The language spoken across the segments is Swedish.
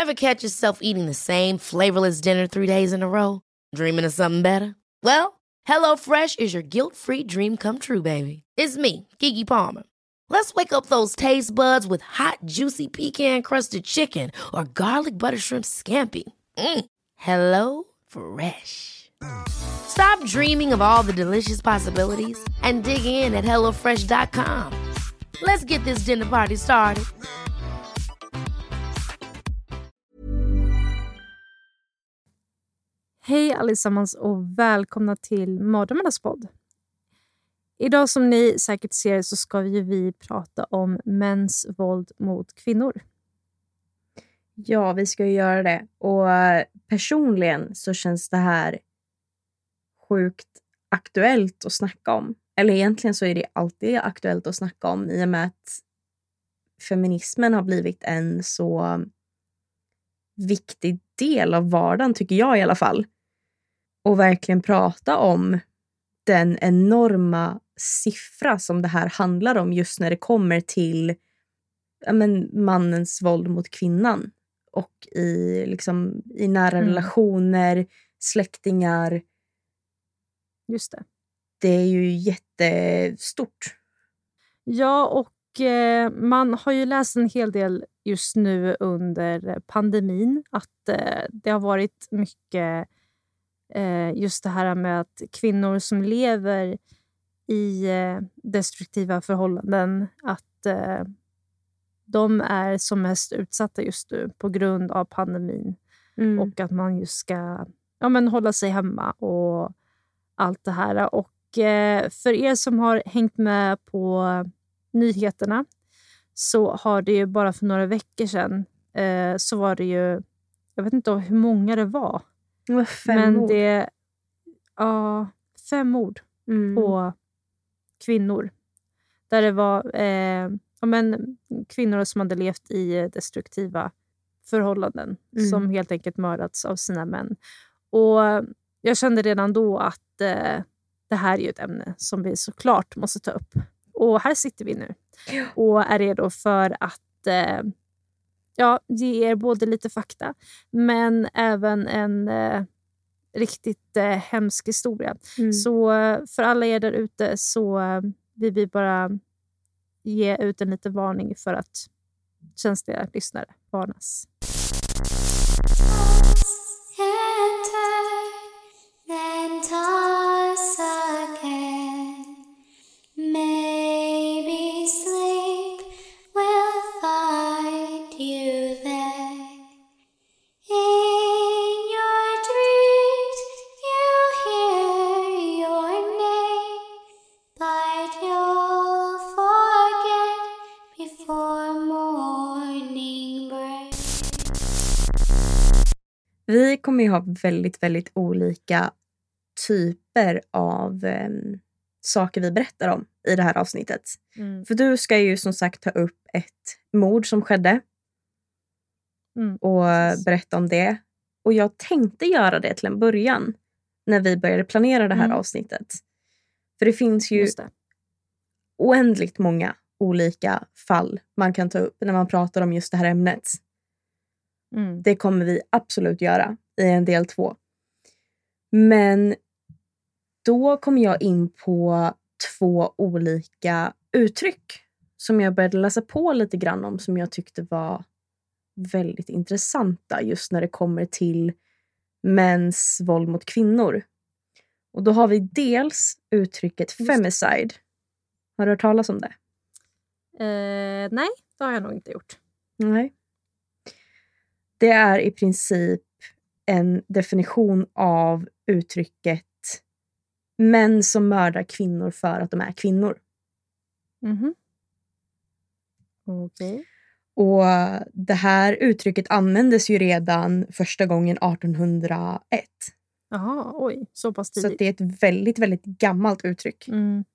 Ever catch yourself eating the same flavorless dinner 3 days in a row? Dreaming of something better? Well, HelloFresh is your guilt-free dream come true, baby. It's me, Keke Palmer. Let's wake up those taste buds with hot, juicy pecan-crusted chicken or garlic butter shrimp scampi. Hello Fresh. Stop dreaming of all the delicious possibilities and dig in at HelloFresh.com. Let's get this dinner party started. Hej allesammans och välkomna till Mardrömmarnas podd. Idag som ni säkert ser så ska vi prata om mäns våld mot kvinnor. Ja, vi ska ju göra det. Och personligen så känns det här sjukt aktuellt att snacka om. Eller egentligen så är det alltid aktuellt att snacka om i och med att feminismen har blivit en så viktig del av vardagen, tycker jag i alla fall. Och verkligen prata om den enorma siffra som det här handlar om just när det kommer till mannens våld mot kvinnan. Och i nära relationer, släktingar. Just det. Det är ju jättestort. Ja, och man har ju läst en hel del just nu under pandemin att det har varit mycket just det här med att kvinnor som lever i destruktiva förhållanden, att de är som mest utsatta just nu på grund av pandemin. Och att man just ska hålla sig hemma och allt det här. Och för er som har hängt med på nyheterna så har det ju bara för några veckor sedan så var det ju, jag vet inte hur många det var. 5 mord. Ja, 5 mord på kvinnor. Där det var kvinnor som hade levt i destruktiva förhållanden som helt enkelt mördats av sina män. Och jag kände redan då att det här är ju ett ämne som vi såklart måste ta upp. Och här sitter vi nu och är redo för att ge er både lite fakta men även en riktigt hemsk historia. Så för alla er där ute så vill vi bara ge ut en liten varning för att känsliga lyssnare varnas. Maybe sleep will find you there. In your dreams you hear your name, but you'll forget before morning breaks. Vi kommer ju ha väldigt, väldigt olika typer av saker vi berättar om i det här avsnittet. För du ska ju som sagt ta upp ett mord som skedde. Och berätta om det. Och jag tänkte göra det till en början när vi började planera det här avsnittet. För det finns ju oändligt många olika fall man kan ta upp när man pratar om just det här ämnet. Det kommer vi absolut göra i en del 2. Men då kom jag in på 2 olika uttryck som jag började läsa på lite grann om, som jag tyckte var väldigt intressanta just när det kommer till mäns våld mot kvinnor. Och då har vi dels uttrycket femicide. Har du hört talas om det? Nej, det har jag nog inte gjort. Nej. Det är i princip en definition av uttrycket män som mördar kvinnor för att de är kvinnor. Okej. Och det här uttrycket användes ju redan första gången 1801. Jaha, oj, så pass tidigt. Så det är ett väldigt, väldigt gammalt uttryck.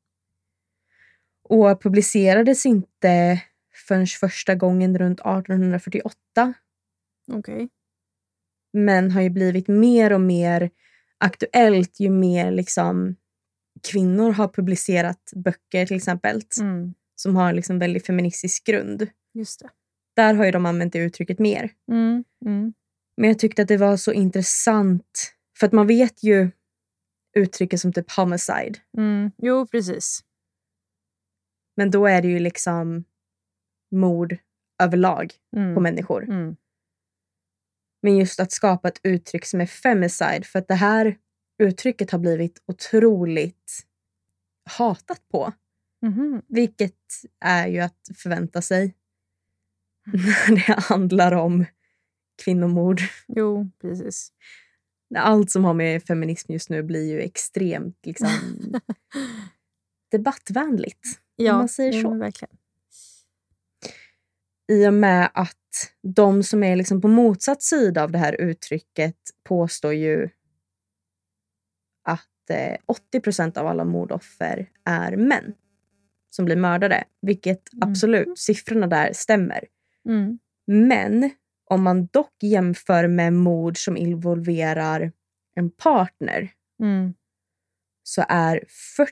Och publicerades inte förrän första gången runt 1848. Okej. Men har ju blivit mer och mer aktuellt ju mer liksom kvinnor har publicerat böcker till exempel. Som har liksom väldigt feministisk grund. Just det. Där har ju de använt det uttrycket mer. Mm. Men jag tyckte att det var så intressant. För att man vet ju uttrycket som typ homicide. Mm. Jo, precis. Men då är det ju liksom mord överlag på människor. Mm. Men just att skapa ett uttryck som är femicide. För att det här uttrycket har blivit otroligt hatat på. Mhm. Vilket är ju att förvänta sig. När det handlar om kvinnomord. Jo, precis. Allt som har med feminism just nu blir ju extremt liksom, debattvänligt. Ja, om man säger jo, så. men verkligen. I och med att de som är liksom på motsatt sida av det här uttrycket påstår ju att 80% av alla mordoffer är män som blir mördade. Vilket absolut, siffrorna där stämmer. Mm. Men om man dock jämför med mord som involverar en partner Mm. så är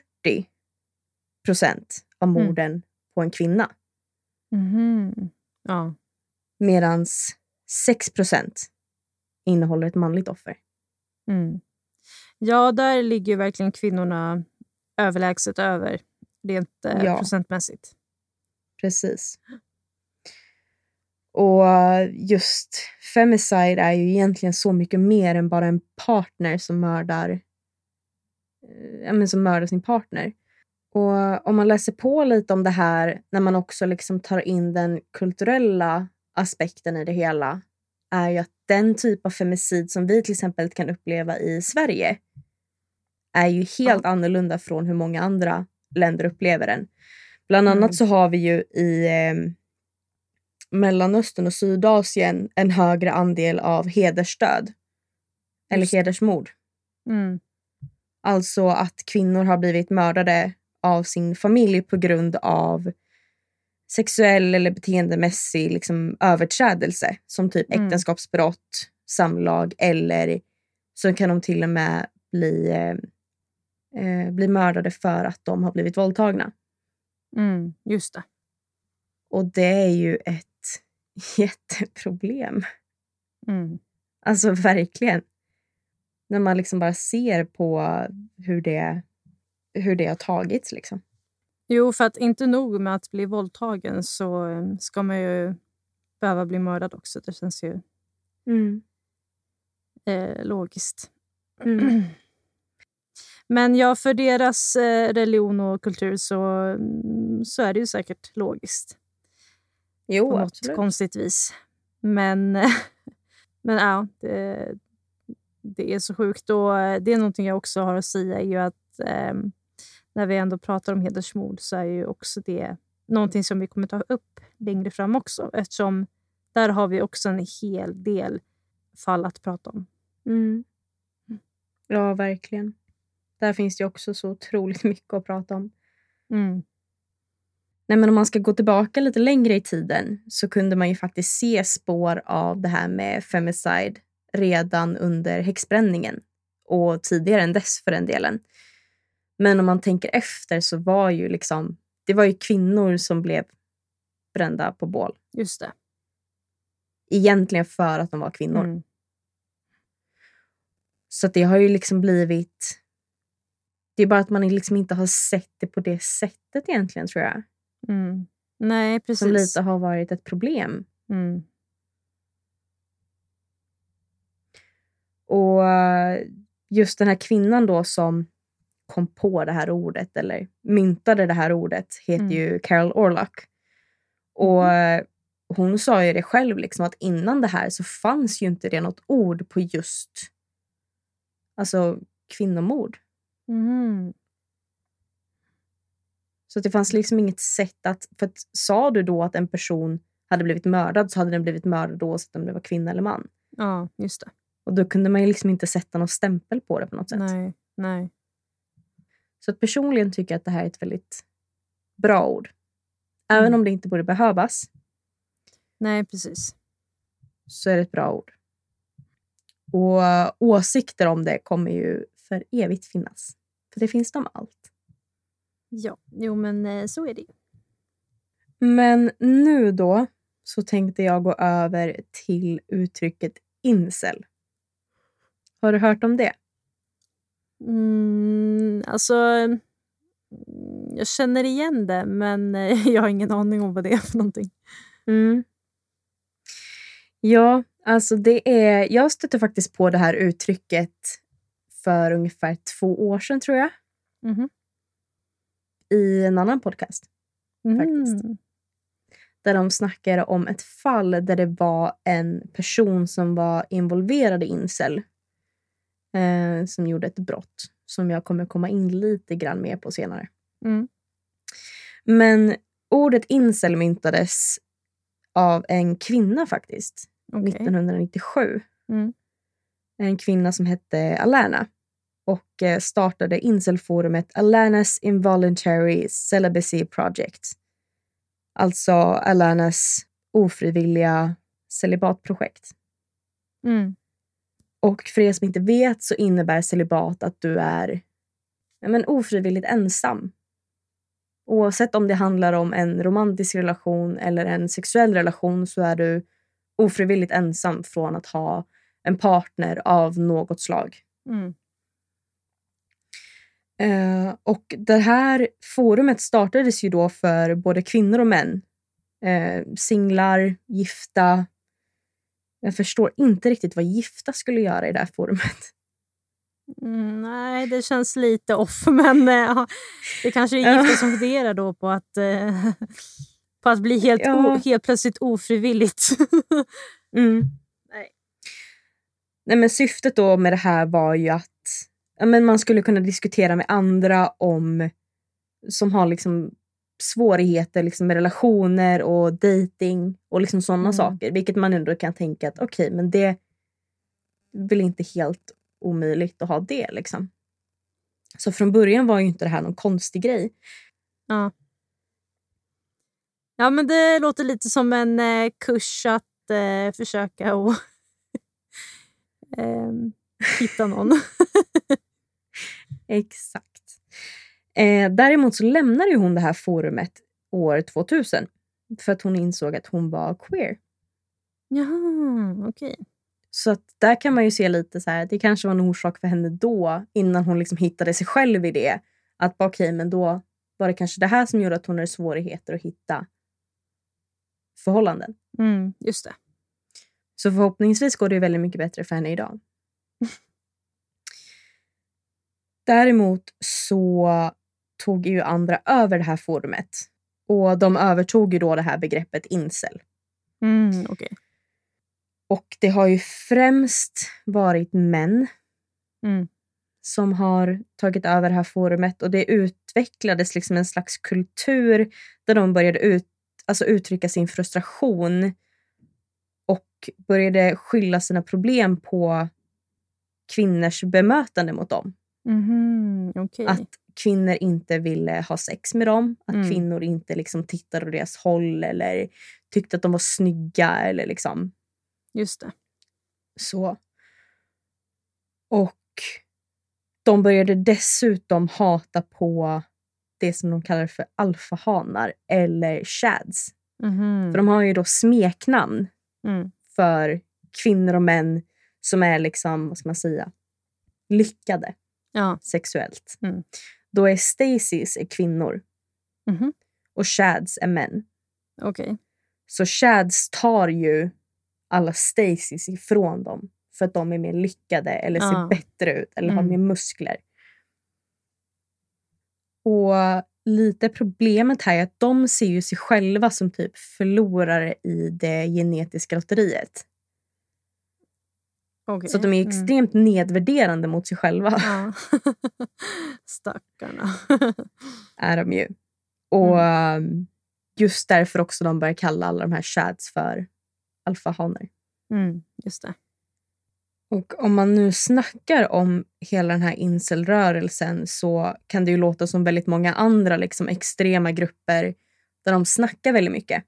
40% av morden på en kvinna. Mhm. Ja. Medan 6% innehåller ett manligt offer. Mm. Ja, där ligger ju verkligen kvinnorna överlägset över. Rent Ja. procentmässigt. Precis. Och just femicide är ju egentligen så mycket mer än bara en partner som mördar som mördar sin partner. Och om man läser på lite om det här när man också liksom tar in den kulturella aspekten i det hela är ju att den typ av femicid som vi till exempel kan uppleva i Sverige är ju helt annorlunda från hur många andra länder upplever den. Bland annat så har vi ju i Mellanöstern och Sydasien en högre andel av hedersdöd. Eller hedersmord. Mm. Alltså att kvinnor har blivit mördade av sin familj på grund av sexuell eller beteendemässig liksom, överträdelse. Som typ äktenskapsbrott, samlag eller så kan de till och med bli mördade för att de har blivit våldtagna. Mm. Just det. Och det är ju ett jätteproblem. Mm. Alltså verkligen. När man liksom bara ser på hur det har tagits liksom. Jo, för att inte nog med att bli våldtagen så ska man ju behöva bli mördad också. Det känns ju logiskt. Mm. Men ja, för deras religion och kultur så är det ju säkert logiskt. Jo, På något absolut. konstigt vis. Men ja, det är så sjukt. Och det är någonting jag också har att säga är ju att när vi ändå pratar om hedersmord så är ju också det någonting som vi kommer ta upp längre fram också. Eftersom där har vi också en hel del fall att prata om. Mm. Ja, verkligen. Där finns det också så otroligt mycket att prata om. Mm. Nej, men om man ska gå tillbaka lite längre i tiden så kunde man ju faktiskt se spår av det här med femicide redan under häxbränningen och tidigare än dess för den delen. Men om man tänker efter så var ju liksom det var ju kvinnor som blev brända på bål. Just det. Egentligen för att de var kvinnor. Mm. Så att det har ju liksom blivit det är bara att man liksom inte har sett det på det sättet egentligen tror jag. Mm. Nej, precis. Som lite har varit ett problem. Mm. Och just den här kvinnan då som kom på det här ordet eller myntade det här ordet heter ju Carol Orlock. Och hon sa ju det själv liksom att innan det här så fanns ju inte det något ord på just alltså kvinnomord. Mm. Så att det fanns liksom inget sätt att för att sa du då att en person hade blivit mördad så hade den blivit mördad oavsett om det var kvinna eller man. Ja, just det. Och då kunde man ju liksom inte sätta någon stämpel på det på något sätt. Nej. Så att personligen tycker jag att det här är ett väldigt bra ord. Även om det inte borde behövas. Nej, precis. Så är det ett bra ord. Och åsikter om det kommer ju för evigt finnas. För det finns om allt. Ja, jo men så är det ju. Men nu då så tänkte jag gå över till uttrycket incel. Har du hört om det? Alltså, jag känner igen det, men jag har ingen aning om vad det är för någonting. Ja, alltså jag stötte faktiskt på det här uttrycket för ungefär 2 år sedan, tror jag. I en annan podcast. Faktiskt. Där de snackade om ett fall där det var en person som var involverad i incel. Som gjorde ett brott. Som jag kommer komma in lite grann mer på senare. Men ordet incel myntades av en kvinna faktiskt. Okay. 1997. En kvinna som hette Alana. Och startade incelforumet Alanas Involuntary Celibacy Project. Alltså Alanas ofrivilliga celibatprojekt. Och för er som inte vet så innebär celibat att du är ofrivilligt ensam. Oavsett om det handlar om en romantisk relation eller en sexuell relation så är du ofrivilligt ensam från att ha en partner av något slag. Och det här forumet startades ju då för både kvinnor och män. Singlar, gifta. Jag förstår inte riktigt vad gifta skulle göra i det här forumet. Nej, det känns lite off. Men det kanske är gifta som funderar då på att bli helt plötsligt ofrivilligt. Nej, men syftet då med det här var ju att man skulle kunna diskutera med andra som har liksom svårigheter liksom med relationer och dating och liksom sådana saker. Vilket man ändå kan tänka att okej, men det är väl inte helt omöjligt att ha det liksom. Så från början var ju inte det här någon konstig grej. Ja, men det låter lite som en kurs att försöka och hitta någon. Exakt. Däremot så lämnade ju hon det här forumet år 2000 för att hon insåg att hon var queer. Jaha, okej. Så att där kan man ju se lite så här, det kanske var en orsak för henne då innan hon liksom hittade sig själv i det. Att okej, men då var det kanske det här som gjorde att hon hade svårigheter att hitta förhållanden. Just det. Så förhoppningsvis går det ju väldigt mycket bättre för henne idag. Däremot så tog ju andra över det här forumet. Och de övertog ju då det här begreppet incel. Okay. Och det har ju främst varit män som har tagit över det här forumet. Och det utvecklades liksom en slags kultur där de började uttrycka sin frustration. Och började skylla sina problem på kvinnors bemötande mot dem. Okay. Att kvinnor inte ville ha sex med dem. Att kvinnor inte liksom tittade åt deras håll. Eller tyckte att de var snygga. Eller liksom. Just det. Så. Och de började dessutom hata på det som de kallar för alfahanar. Eller shads. För de har ju då smeknamn. För kvinnor och män som är liksom, vad ska man säga, lyckade sexuellt. Då är Stacys är kvinnor. Och Shads är män. Okay. Så Shads tar ju alla Stacys ifrån dem. För att de är mer lyckade eller ser bättre ut. Eller har mer muskler. Och lite problemet här är att de ser ju sig själva som typ förlorare i det genetiska lotteriet. Okay. Så att de är extremt nedvärderande mot sig själva. Ja. Stackarna. Är de ju. Och just därför också de börjar kalla alla de här shads för alfahaner. Just det. Och om man nu snackar om hela den här incelrörelsen så kan det ju låta som väldigt många andra liksom extrema grupper där de snackar väldigt mycket.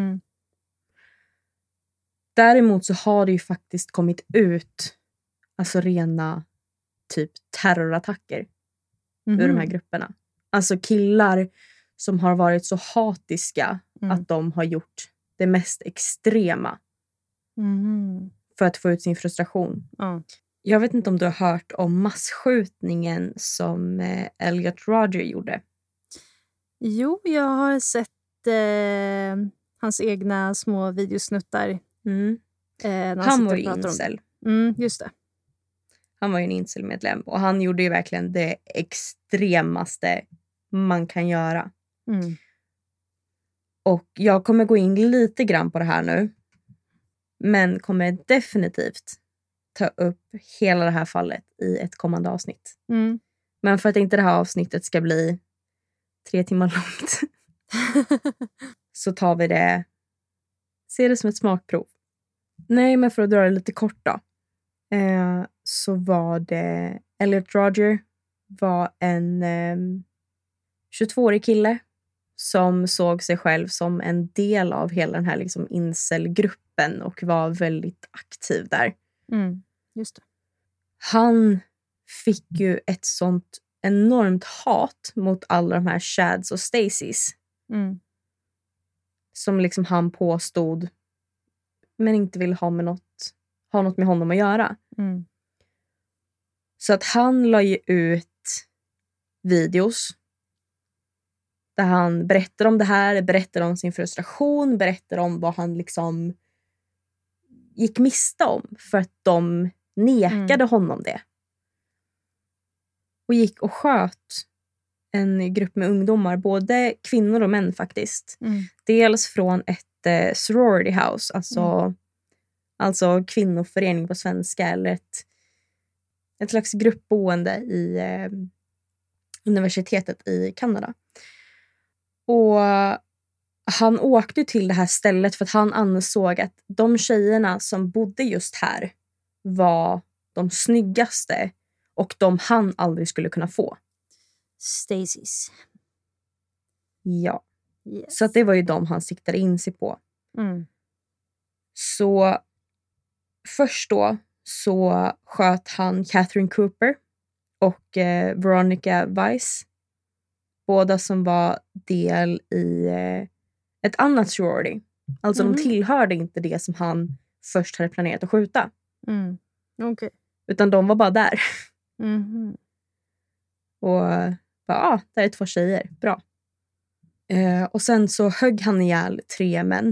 Däremot så har det ju faktiskt kommit ut alltså rena typ terrorattacker ur de här grupperna. Alltså killar som har varit så hatiska att de har gjort det mest extrema för att få ut sin frustration. Jag vet inte om du har hört om massskjutningen som Elliot Rodger gjorde. Jo, jag har sett hans egna små videosnuttar. Han var ju incel. Just det. Han var ju en incel-medlem. Och han gjorde ju verkligen det extremaste man kan göra. Och jag kommer gå in lite grann på det här nu. Men kommer definitivt ta upp hela det här fallet i ett kommande avsnitt. Men för att inte det här avsnittet ska bli 3 timmar långt så tar vi det, ser det som ett smakprov. Nej, men för att dra det lite kort då. Så var det Elliot Rodger var en 22-årig kille som såg sig själv som en del av hela den här liksom incel-gruppen och var väldigt aktiv där. Just det. Han fick ju ett sånt enormt hat mot alla de här Chads och Stacys. Som liksom han påstod men inte ville ha något med honom att göra. Så att han la ju ut videos där han berättar om det här, berättar om sin frustration, berättar om vad han liksom gick miste om för att de nekade honom det. Och gick och sköt en grupp med ungdomar, både kvinnor och män faktiskt. Dels från ett sorority house, alltså kvinnoförening på svenska, eller ett slags gruppboende i universitetet i Kanada. Och han åkte till det här stället för att han ansåg att de tjejerna som bodde just här var de snyggaste och de han aldrig skulle kunna få. Stacys. Ja. Yes. Så att det var ju de han siktade in sig på. Så först då så sköt han Catherine Cooper och Veronica Weiss. Båda som var del i ett annat sorority. Alltså de tillhörde inte det som han först hade planerat att skjuta. Okay. Utan de var bara där. Och bara, där är 2 tjejer. Bra. Och sen så högg han ihjäl 3 män.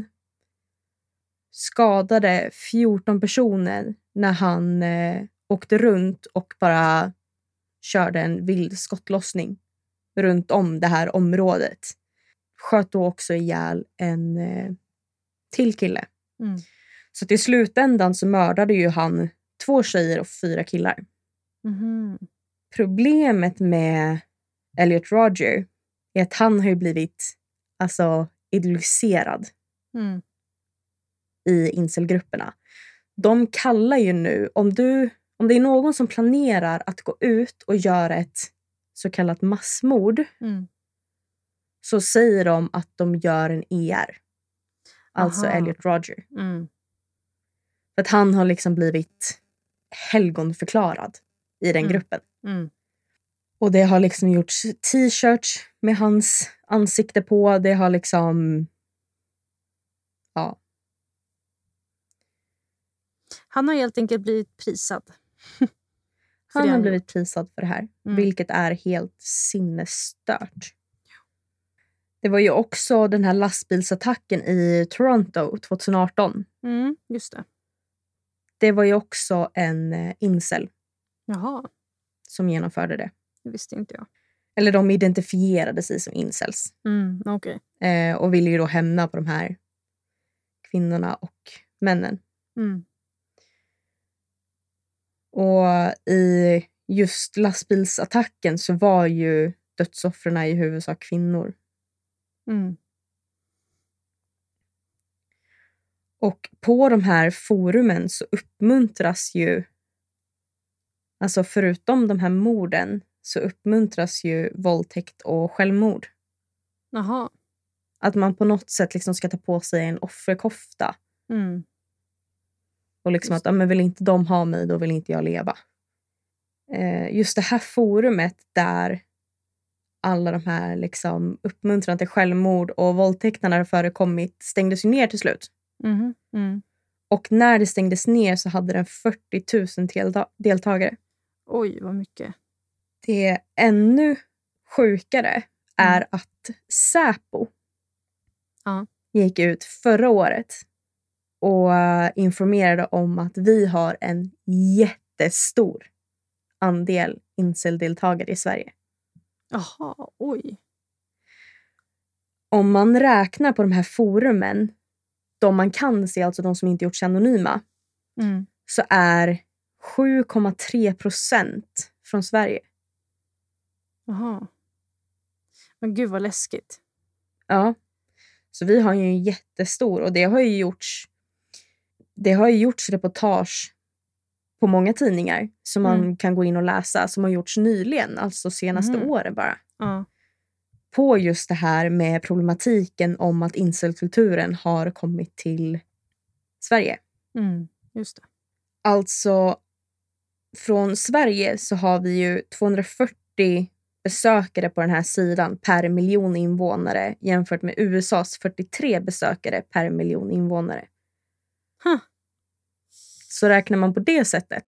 Skadade 14 personer när han åkte runt och bara körde en vild skottlossning runt om det här området. Sköt då också ihjäl en till kille. Så till slutändan så mördade ju han 2 tjejer och 4 killar. Problemet med Elliot Rodger är att han har ju blivit idoliserad i incelgrupperna. De kallar ju nu, om det är någon som planerar att gå ut och göra ett så kallat massmord, så säger de att de gör en ER. Alltså Elliot Rodger. För att han har liksom blivit helgonförklarad i den gruppen. Och det har liksom gjorts t-shirts med hans ansikte på. Det har liksom... Ja. Han har helt enkelt blivit prisad. Han har blivit prisad för det här. Vilket är helt sinnesstört. Det var ju också den här lastbilsattacken i Toronto 2018. Just det. Det var ju också en incel. Jaha. Som genomförde det. Det visste inte jag. Eller de identifierade sig som incels. Okay. Och ville ju då hämna på de här kvinnorna och männen. Och i just lastbilsattacken så var ju dödsoffren i huvudsak kvinnor. Och på de här forumen så uppmuntras ju, alltså förutom de här morden, så uppmuntras ju våldtäkt och självmord. Jaha. Att man på något sätt liksom ska ta på sig en offerkofta. Och liksom att, men vill inte de ha mig, då vill inte jag leva. Just det här forumet där alla de här liksom uppmuntran till självmord och våldtäkterna förekommit stängdes ju ner till slut. Och när det stängdes ner så hade den 40 000 deltagare. Oj, vad mycket. Det är ännu sjukare är att Säpo gick ut förra året och informerade om att vi har en jättestor andel incel-deltagare i Sverige. Jaha, oj. Om man räknar på de här forumen, de man kan se, alltså de som inte gjorts anonyma, så är 7,3% från Sverige. Jaha. Men gud vad läskigt. Ja. Så vi har ju en jättestor, och det har ju gjorts reportage på många tidningar som man kan gå in och läsa, som har gjorts nyligen, alltså senaste åren bara. På just det här med problematiken om att incelkulturen har kommit till Sverige. Just det. Alltså från Sverige så har vi ju 240 besökare på den här sidan per miljon invånare jämfört med USAs 43 besökare per miljon invånare. Så räknar man på det sättet.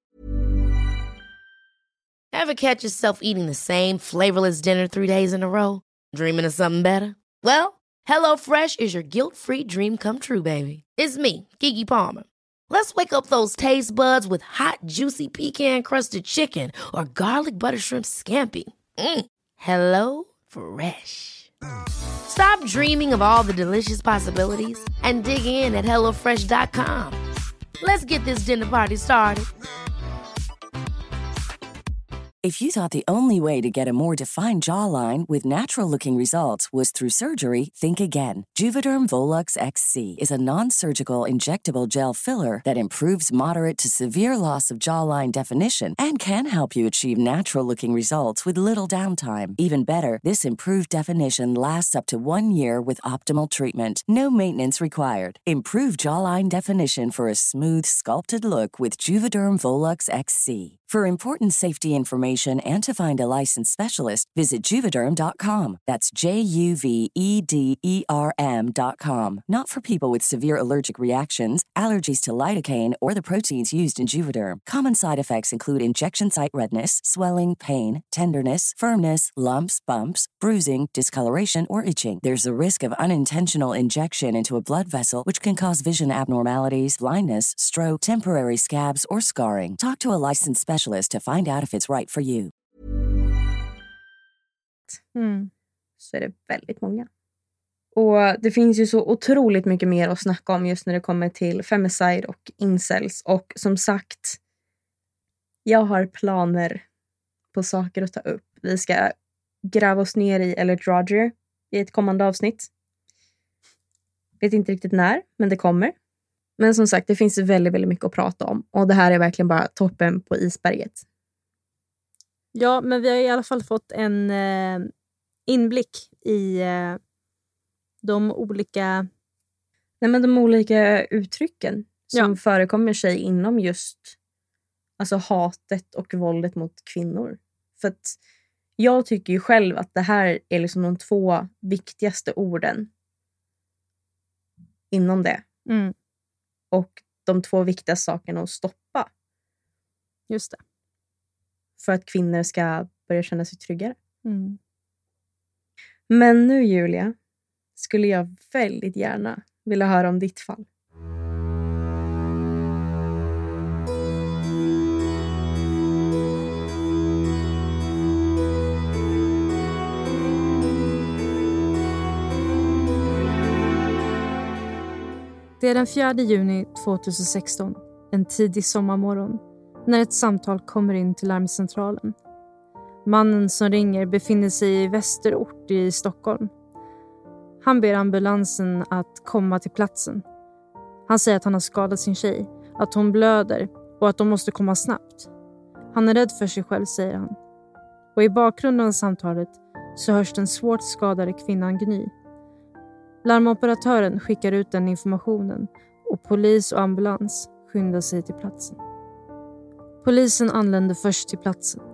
Ever catch yourself eating the same flavorless dinner 3 days in a row? Dreaming of something better? Well, HelloFresh is your guilt-free dream come true, baby. It's me, Keke Palmer. Let's wake up those taste buds with hot, juicy pecan-crusted chicken or garlic butter shrimp scampi. Hello Fresh. Stop dreaming of all the delicious possibilities and dig in at HelloFresh.com. Let's get this dinner party started. If you thought the only way to get a more defined jawline with natural-looking results was through surgery, think again. Juvederm Volux XC is a non-surgical injectable gel filler that improves moderate to severe loss of jawline definition and can help you achieve natural-looking results with little downtime. Even better, this improved definition lasts up to 1 year with optimal treatment. No maintenance required. Improve jawline definition for a smooth, sculpted look with Juvederm Volux XC. For important safety information and to find a licensed specialist, visit Juvederm.com. That's JUVEDERM.com. Not for people with severe allergic reactions, allergies to lidocaine, or the proteins used in Juvederm. Common side effects include injection site redness, swelling, pain, tenderness, firmness, lumps, bumps, bruising, discoloration, or itching. There's a risk of unintentional injection into a blood vessel, which can cause vision abnormalities, blindness, stroke, temporary scabs, or scarring. Talk to a licensed specialist to find out if it's right for you. Så är det väldigt många. Och det finns ju så otroligt mycket mer att snacka om just när det kommer till femicide och incels. Och som sagt, jag har planer på saker att ta upp. Vi ska gräva oss ner i Elliot Rodger i ett kommande avsnitt. Vet inte riktigt när, men det kommer. Men som sagt, det finns väldigt, väldigt mycket att prata om. Och det här är verkligen bara toppen på isberget. Ja, men vi har i alla fall fått en inblick i de olika... de olika uttrycken som förekommer sig inom just alltså hatet och våldet mot kvinnor. För att jag tycker ju själv att det här är liksom de 2 viktigaste orden inom det. Och de 2 viktiga sakerna att stoppa. Just det. För att kvinnor ska börja känna sig tryggare. Men nu, Julia, skulle jag väldigt gärna vilja höra om ditt fall. Det är den 4 juni 2016, en tidig sommarmorgon, när ett samtal kommer in till larmcentralen. Mannen som ringer befinner sig i Västerort i Stockholm. Han ber ambulansen att komma till platsen. Han säger att han har skadat sin tjej, att hon blöder och att de måste komma snabbt. Han är rädd för sig själv, säger han. Och i bakgrunden av samtalet så hörs den svårt skadade kvinnan gny. Larmoperatören skickar ut den informationen och polis och ambulans skyndar sig till platsen. Polisen anländer först till platsen.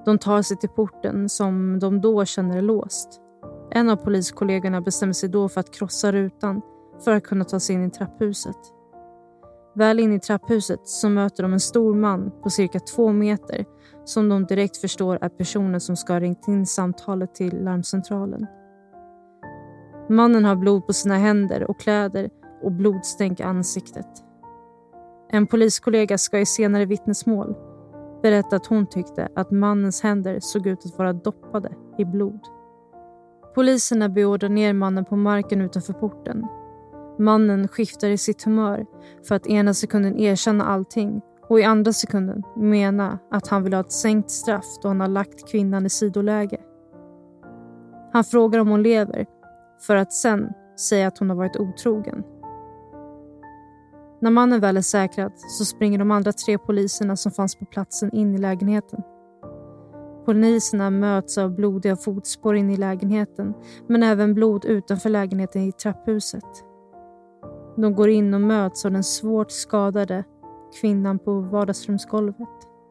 De tar sig till porten som de då känner är låst. En av poliskollegorna bestämmer sig då för att krossa rutan för att kunna ta sig in i trapphuset. Väl in i trapphuset så möter de en stor man på cirka 2 meter som de direkt förstår är personen som ska ha ringt in samtalet till larmcentralen. Mannen har blod på sina händer och kläder och blodstänk i ansiktet. En poliskollega ska i senare vittnesmål berätta att hon tyckte att mannens händer såg ut att vara doppade i blod. Poliserna beordrar ner mannen på marken utanför porten. Mannen skiftar i sitt humör för att ena sekunden erkänna allting och i andra sekunden mena att han vill ha ett sänkt straff då han har lagt kvinnan i sidoläge. Han frågar om hon lever för att sen säga att hon har varit otrogen. När mannen väl är säkrad så springer de andra 3 poliserna som fanns på platsen in i lägenheten. Poliserna möts av blodiga fotspår in i lägenheten men även blod utanför lägenheten i trapphuset. De går in och möts av den svårt skadade kvinnan på vardagsrumsgolvet.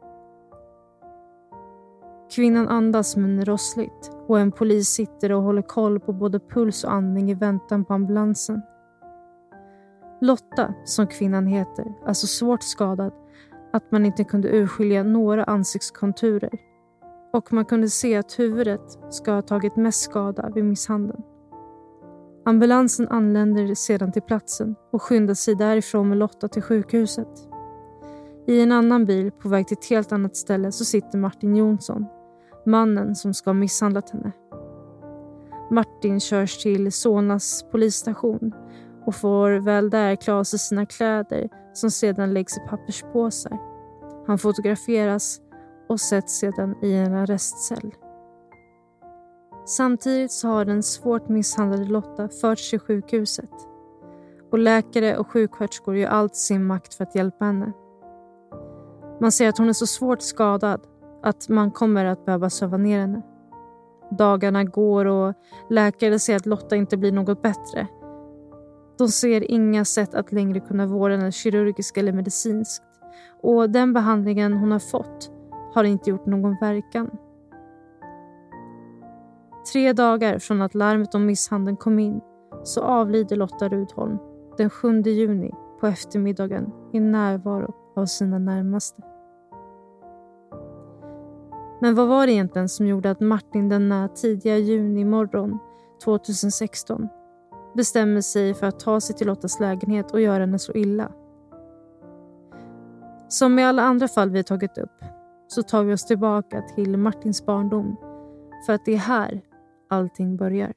Kvinnan andas men rossligt och en polis sitter och håller koll på både puls och andning i väntan på ambulansen. Lotta, som kvinnan heter, är så svårt skadad att man inte kunde urskilja några ansiktskonturer och man kunde se att huvudet ska ha tagit mest skada vid misshandeln. Ambulansen anländer sedan till platsen och skyndar sig därifrån med Lotta till sjukhuset. I en annan bil på väg till ett helt annat ställe så sitter Martin Jonsson, mannen som ska ha misshandlat henne. Martin körs till Solnas polisstation och får väl där klä av sig sina kläder som sedan läggs i papperspåsar. Han fotograferas och sätts sedan i en arrestcell. Samtidigt så har den svårt misshandlade Lotta förts till sjukhuset. Och läkare och sjuksköterskor gör allt i sin makt för att hjälpa henne. Man ser att hon är så svårt skadad att man kommer att behöva söva ner henne. Dagarna går och läkare ser att Lotta inte blir något bättre. De ser inga sätt att längre kunna vårda henne kirurgiskt eller medicinskt. Och den behandlingen hon har fått har inte gjort någon verkan. 3 dagar från att larmet om misshandeln kom in så avlider Lotta Rudholm den 7 juni på eftermiddagen i närvaro av sina närmaste. Men vad var det egentligen som gjorde att Martin denna tidiga junimorgon 2016 bestämmer sig för att ta sig till Lottas lägenhet och göra henne så illa? Som i alla andra fall vi tagit upp så tar vi oss tillbaka till Martins barndom för att det är här allting börjar.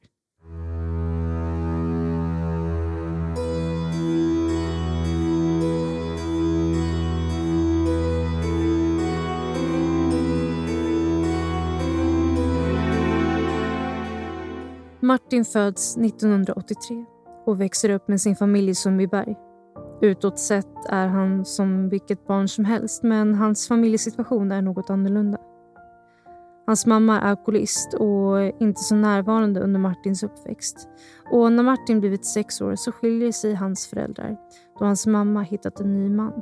Martin föds 1983 och växer upp med sin familj i Sundbyberg. Utåt sett är han som vilket barn som helst, men hans familjesituation är något annorlunda. Hans mamma är alkoholist och inte så närvarande under Martins uppväxt. Och när Martin blivit 6 år så skiljer sig hans föräldrar då hans mamma hittat en ny man.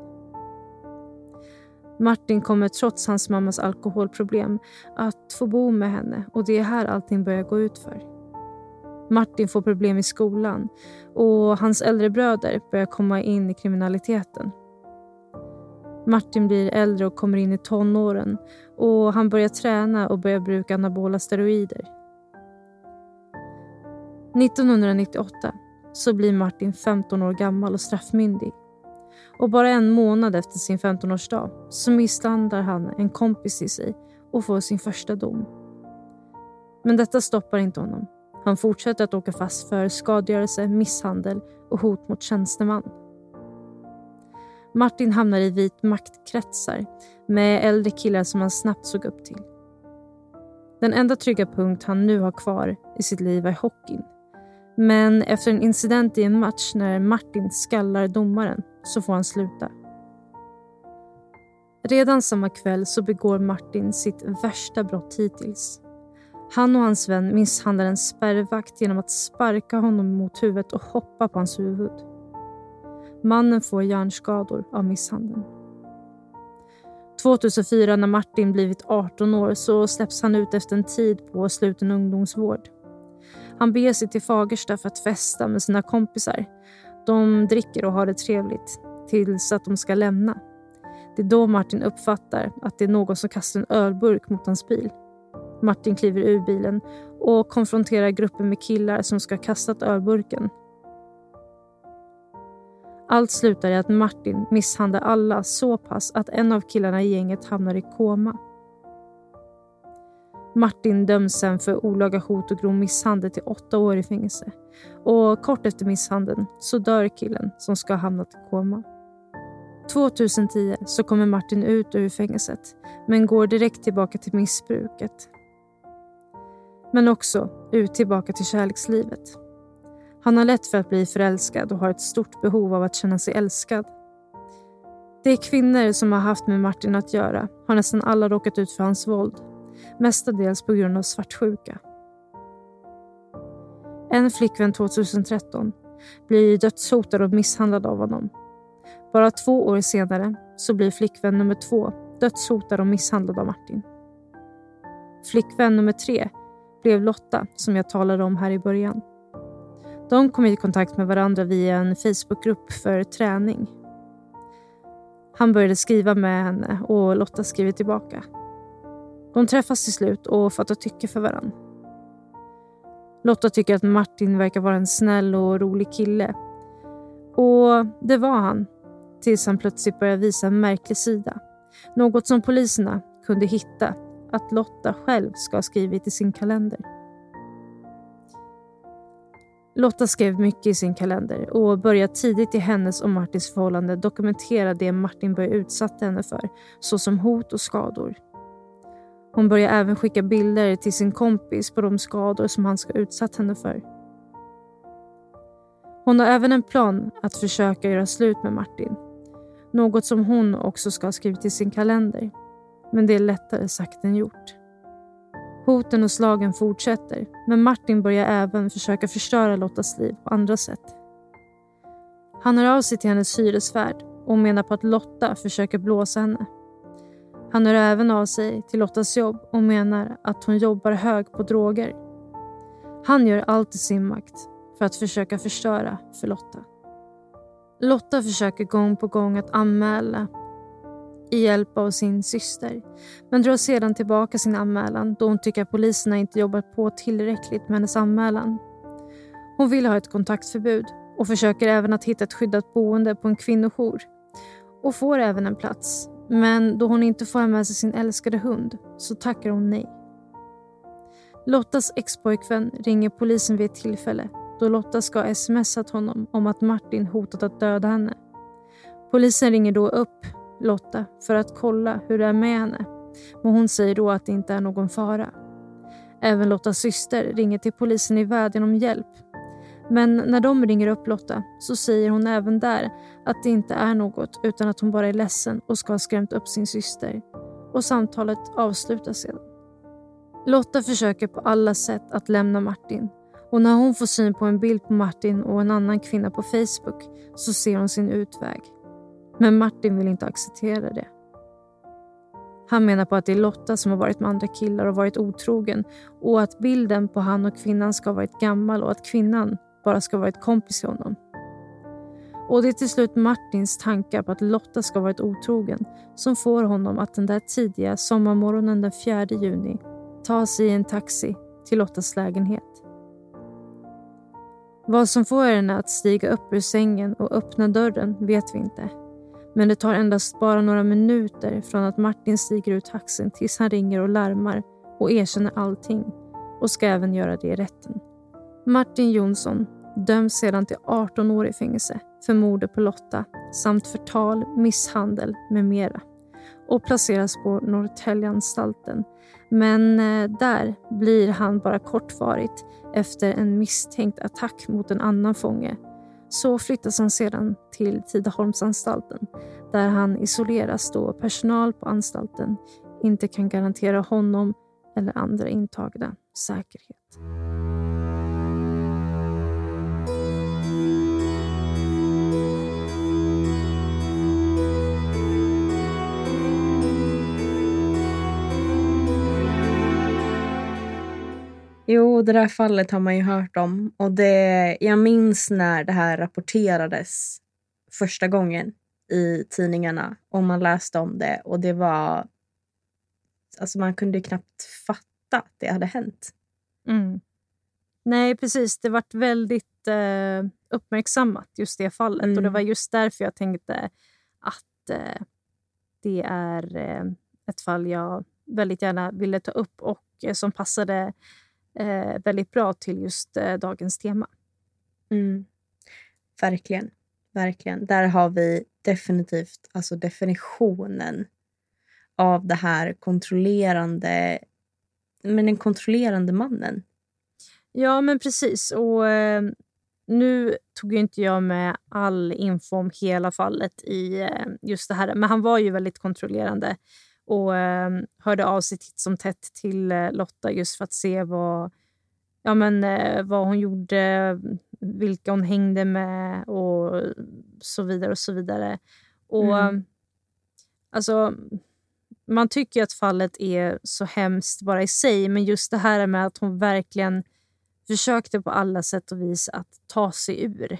Martin kommer trots hans mammas alkoholproblem att få bo med henne och det är här allting börjar gå ut för. Martin får problem i skolan och hans äldre bröder börjar komma in i kriminaliteten. Martin blir äldre och kommer in i tonåren och han börjar träna och börjar bruka anabola steroider. 1998 så blir Martin 15 år gammal och straffmyndig. Och bara en månad efter sin 15-årsdag så misshandlar han en kompis i sig och får sin första dom. Men detta stoppar inte honom. Han fortsätter att åka fast för skadegörelse, misshandel och hot mot tjänsteman. Martin hamnar i vit maktkretsar med äldre killar som han snabbt såg upp till. Den enda trygga punkt han nu har kvar i sitt liv är hockeyn. Men efter en incident i en match när Martin skallar domaren så får han sluta. Redan samma kväll så begår Martin sitt värsta brott hittills. Han och hans vän misshandlar en spärrvakt genom att sparka honom mot huvudet och hoppa på hans huvud. Mannen får hjärnskador av misshandeln. 2004 när Martin blivit 18 år så släpps han ut efter en tid på sluten ungdomsvård. Han beger sig till Fagersta för att festa med sina kompisar. De dricker och har det trevligt tills att de ska lämna. Det är då Martin uppfattar att det är någon som kastar en ölburk mot hans bil. Martin kliver ur bilen och konfronterar gruppen med killar som ska ha kastat ölburken. Allt slutar i att Martin misshandlar alla så pass att en av killarna i gänget hamnar i koma. Martin döms sen för olaga hot och grov misshandel till 8 år i fängelse. Och kort efter misshandeln så dör killen som ska ha hamnat i koma. 2010 så kommer Martin ut ur fängelset men går direkt tillbaka till missbruket. Men också ut tillbaka till kärlekslivet. Han har lätt för att bli förälskad och har ett stort behov av att känna sig älskad. De kvinnor som har haft med Martin att göra har nästan alla råkat ut för hans våld. Mestadels på grund av svartsjuka. En flickvän 2013 blir dödshotad och misshandlad av honom. Bara 2 år senare så blir flickvän nummer 2 dödshotad och misshandlad av Martin. Flickvän nummer 3 blev Lotta som jag talade om här i början. De kom i kontakt med varandra via en Facebookgrupp för träning. Han började skriva med henne och Lotta skriver tillbaka. De träffas till slut och fattar tycke för varandra. Lotta tycker att Martin verkar vara en snäll och rolig kille. Och det var han. Tills han plötsligt började visa en märklig sida. Något som poliserna kunde hitta att Lotta själv ska ha skrivit i sin kalender. Lotta skrev mycket i sin kalender och började tidigt i hennes och Martins förhållande dokumentera det Martin började utsatta henne för, såsom hot och skador. Hon började även skicka bilder till sin kompis på de skador som han ska utsatt henne för. Hon har även en plan att försöka göra slut med Martin. Något som hon också ska ha skrivit i sin kalender. Men det är lättare sagt än gjort. Hoten och slagen fortsätter, men Martin börjar även försöka förstöra Lottas liv på andra sätt. Han hör av sig till hennes hyresvärd och menar på att Lotta försöker blåsa henne. Han hör även av sig till Lottas jobb och menar att hon jobbar hög på droger. Han gör allt i sin makt för att försöka förstöra för Lotta. Lotta försöker gång på gång att anmäla i hjälp av sin syster, men drar sedan tillbaka sin anmälan då hon tycker att poliserna inte jobbat på tillräckligt med hennes anmälan. Hon vill ha ett kontaktförbud och försöker även att hitta ett skyddat boende på en kvinnojour och får även en plats, men då hon inte får ha med sig sin älskade hund så tackar hon nej. Lottas ex-pojkvän ringer polisen vid ett tillfälle då Lotta ska ha smsat honom om att Martin hotat att döda henne. Polisen ringer då upp Lotta för att kolla hur det är med henne, men hon säger då att det inte är någon fara. Även Lottas syster ringer till polisen i vädjan om hjälp. Men när de ringer upp Lotta så säger hon även där att det inte är något utan att hon bara är ledsen och ska ha skrämt upp sin syster. Och samtalet avslutas sedan. Lotta försöker på alla sätt att lämna Martin. Och när hon får syn på en bild på Martin och en annan kvinna på Facebook så ser hon sin utväg. Men Martin vill inte acceptera det. Han menar på att det är Lotta som har varit med andra killar och varit otrogen. Och att bilden på han och kvinnan ska ha varit gammal och att kvinnan bara ska ha varit kompis till honom. Och det är till slut Martins tankar på att Lotta ska ha varit otrogen som får honom att den där tidiga sommarmorgonen den 4 juni ta sig i en taxi till Lottas lägenhet. Vad som får henne att stiga upp ur sängen och öppna dörren vet vi inte. Men det tar endast bara några minuter från att Martin stiger ur taxin tills han ringer och larmar och erkänner allting och ska även göra det i rätten. Martin Jonsson döms sedan till 18 år i fängelse för mordet på Lotta samt förtal, misshandel med mera och placeras på Norrtäljeanstalten. Men där blir han bara kortvarigt efter en misstänkt attack mot en annan fånge. Så flyttas han sedan till Tidaholmsanstalten där han isoleras då personal på anstalten inte kan garantera honom eller andra intagna säkerhet. Jo, det där fallet har man ju hört om. Och jag minns när det här rapporterades första gången i tidningarna. Och man läste om det. Och det var... Alltså man kunde knappt fatta att det hade hänt. Mm. Nej, precis. Det vart väldigt uppmärksammat, just det fallet. Och det var just därför jag tänkte att det är ett fall jag väldigt gärna ville ta upp och som passade väldigt bra till just dagens tema. Verkligen. Verkligen. Där har vi definitivt alltså definitionen av det här den kontrollerande mannen. Ja, men precis. Och nu tog ju inte jag med all info om hela fallet i just det här. Men han var ju väldigt kontrollerande och hörde av sig titt som tätt till Lotta just för att se vad hon gjorde, vilka hon hängde med och så vidare och så vidare. Och alltså, man tycker att fallet är så hemskt bara i sig, men just det här med att hon verkligen försökte på alla sätt och vis att ta sig ur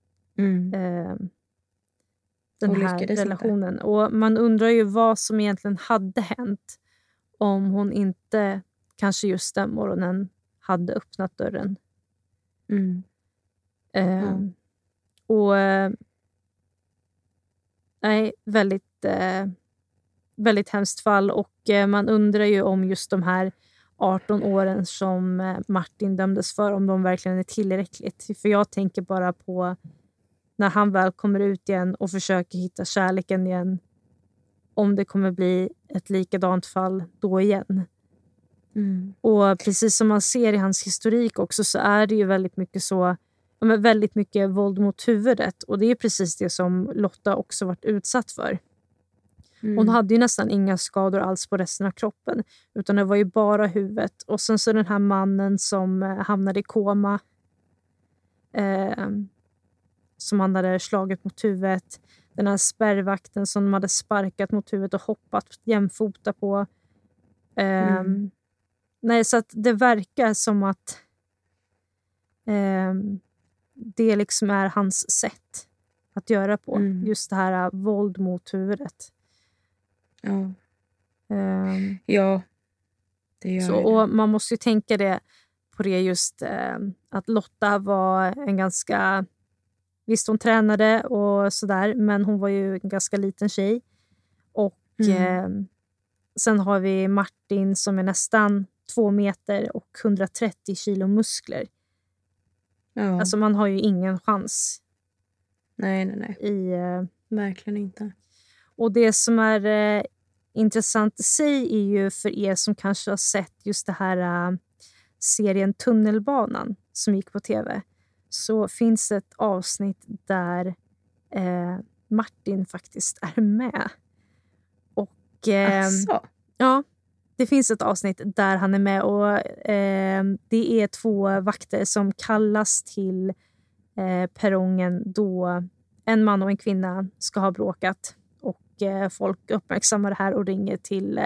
den här relationen. Inte. Och man undrar ju vad som egentligen hade hänt om hon inte kanske just den morgonen hade öppnat dörren. Och nej, väldigt, väldigt hemskt fall. Och man undrar ju om just de här 18 åren som Martin dömdes för, om de verkligen är tillräckligt. För jag tänker bara på när han väl kommer ut igen och försöker hitta kärleken igen, om det kommer bli ett likadant fall då igen. Och precis som man ser i hans historik också, så är det ju väldigt mycket våld mot huvudet. Och det är precis det som Lotta också varit utsatt för. Hon hade ju nästan inga skador alls på resten av kroppen, utan det var ju bara huvudet. Och sen så den här mannen som hamnade i koma, som han hade slagit mot huvudet. Den här spärrvakten som de hade sparkat mot huvudet och hoppat jämfota på. Nej, så att det verkar som att det liksom är hans sätt att göra på. Just det här våld mot huvudet. Ja. Ja, det gör så, det. Och man måste ju tänka på det just att Lotta var en ganska... Visst, hon tränade och sådär, men hon var ju en ganska liten tjej. Och sen har vi Martin som är nästan 2 meter och 130 kilo muskler. Ja. Alltså man har ju ingen chans. Nej. Verkligen inte. Och det som är intressant i sig är ju för er som kanske har sett just det här serien Tunnelbanan som gick på tv. Så finns det ett avsnitt där Martin faktiskt är med. Och ja, det finns ett avsnitt där han är med och det är 2 vakter som kallas till perrongen då en man och en kvinna ska ha bråkat. Och folk uppmärksammar det här och ringer till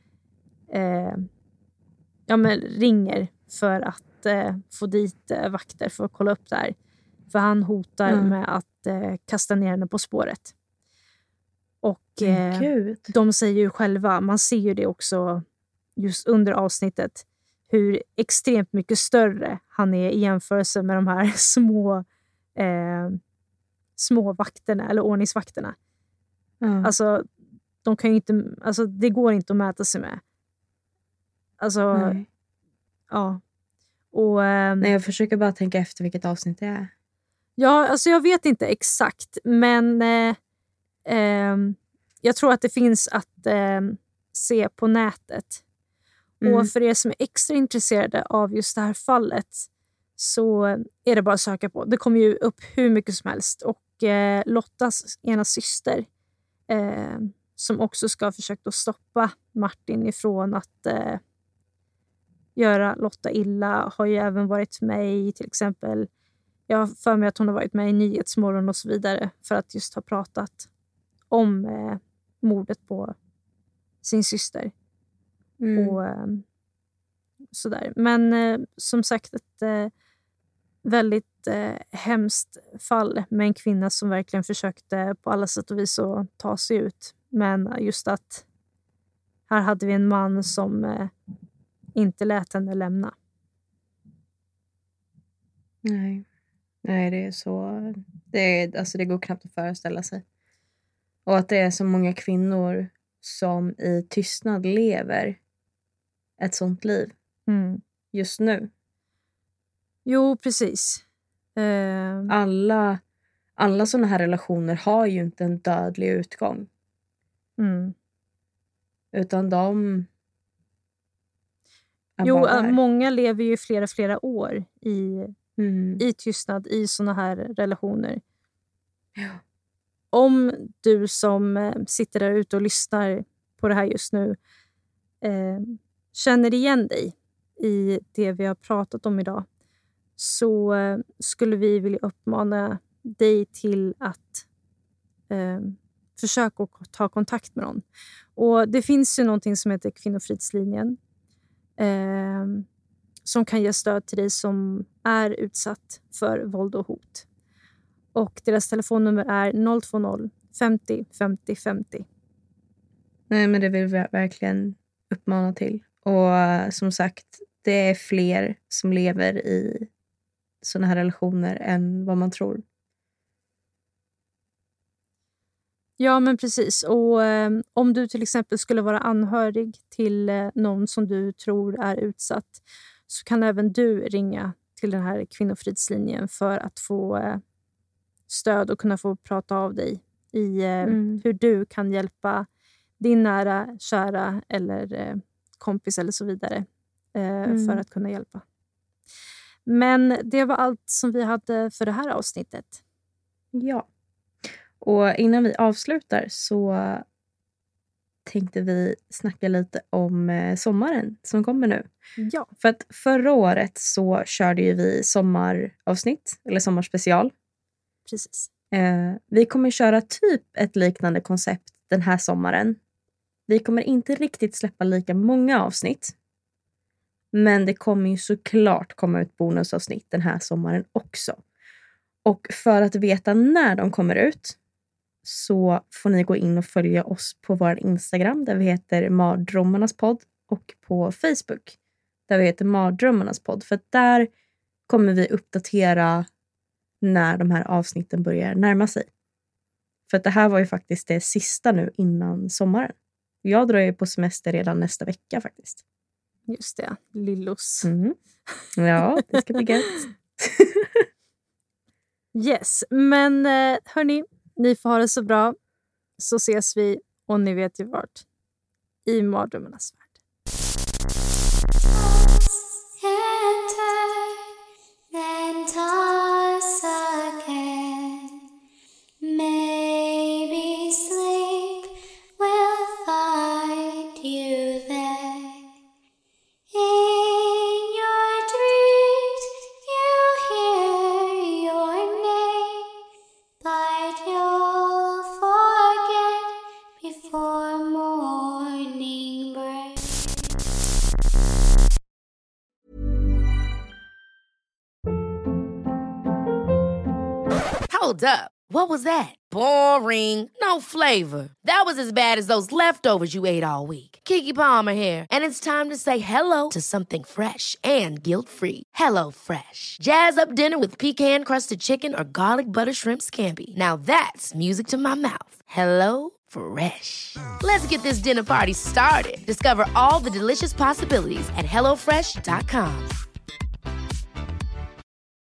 ringer för att få dit vakter för att kolla upp det här. För han hotar med att kasta ner henne på spåret. Och de säger ju själva, man ser ju det också just under avsnittet, hur extremt mycket större han är i jämförelse med de här små vakterna eller ordningsvakterna. Alltså, de kan ju inte, alltså, det går inte att mäta sig med. Alltså, nej. Ja. Och, nej, jag försöker bara tänka efter vilket avsnitt det är. Ja, alltså jag vet inte exakt, men jag tror att det finns att se på nätet. Och för er som är extra intresserade av just det här fallet så är det bara att söka på. Det kommer ju upp hur mycket som helst. Och Lottas ena syster som också ska ha försökt att stoppa Martin ifrån att göra Lotta illa, har ju även varit med i till exempel, jag har för mig att hon har varit med i Nyhetsmorgon och så vidare för att just ha pratat om mordet på sin syster. Och sådär. Men som sagt ett väldigt hemskt fall med en kvinna som verkligen försökte på alla sätt och vis att ta sig ut. Men just att här hade vi en man som inte lät henne lämna. Nej, det är så... Det går knappt att föreställa sig. Och att det är så många kvinnor som i tystnad lever ett sånt liv just nu. Jo, precis. Alla såna här relationer har ju inte en dödlig utgång. Utan de... många lever ju flera år i tystnad i såna här relationer. Ja. Om du som sitter där ute och lyssnar på det här just nu känner igen dig i det vi har pratat om idag, så skulle vi vilja uppmana dig till att försöka ta kontakt med någon. Och det finns ju någonting som heter Kvinnofridslinjen som kan ge stöd till dig som är utsatt för våld och hot. Och deras telefonnummer är 020 50 50 50. Nej, men det vill vi verkligen uppmana till. Och som sagt, det är fler som lever i såna här relationer än vad man tror. Ja, men precis. Och om du till exempel skulle vara anhörig till någon som du tror är utsatt, så kan även du ringa till den här Kvinnofridslinjen för att få stöd och kunna få prata av dig i hur du kan hjälpa din nära, kära eller kompis eller så vidare för att kunna hjälpa. Men det var allt som vi hade för det här avsnittet. Ja. Och innan vi avslutar så tänkte vi snacka lite om sommaren som kommer nu. Ja. För att förra året så körde ju vi sommaravsnitt, eller sommarspecial. Precis. Vi kommer köra typ ett liknande koncept den här sommaren. Vi kommer inte riktigt släppa lika många avsnitt. Men det kommer ju såklart komma ut bonusavsnitt den här sommaren också. Och för att veta när de kommer ut så får ni gå in och följa oss på vår Instagram där vi heter Mardrömmarnas podd, och på Facebook där vi heter Mardrömmarnas podd. För där kommer vi uppdatera när de här avsnitten börjar närma sig. För att det här var ju faktiskt det sista nu innan sommaren. Jag drar ju på semester redan nästa vecka faktiskt. Just det, Lillos. Ja, det ska bli gött. Yes, men hörni, ni får ha det så bra. Så ses vi, och ni vet ju vart. I Mardrömmarnas värld. And turn, then toss again. Maybe sleep will find you there. In your dreams you hear your name, but you'll forget before morning breaks. Hold up. What was that? Boring. No flavor. That was as bad as those leftovers you ate all week. Keke Palmer here, and it's time to say hello to something fresh and guilt-free. Hello Fresh. Jazz up dinner with pecan-crusted chicken or garlic butter shrimp scampi. Now that's music to my mouth. Hello Fresh. Let's get this dinner party started. Discover all the delicious possibilities at hellofresh.com.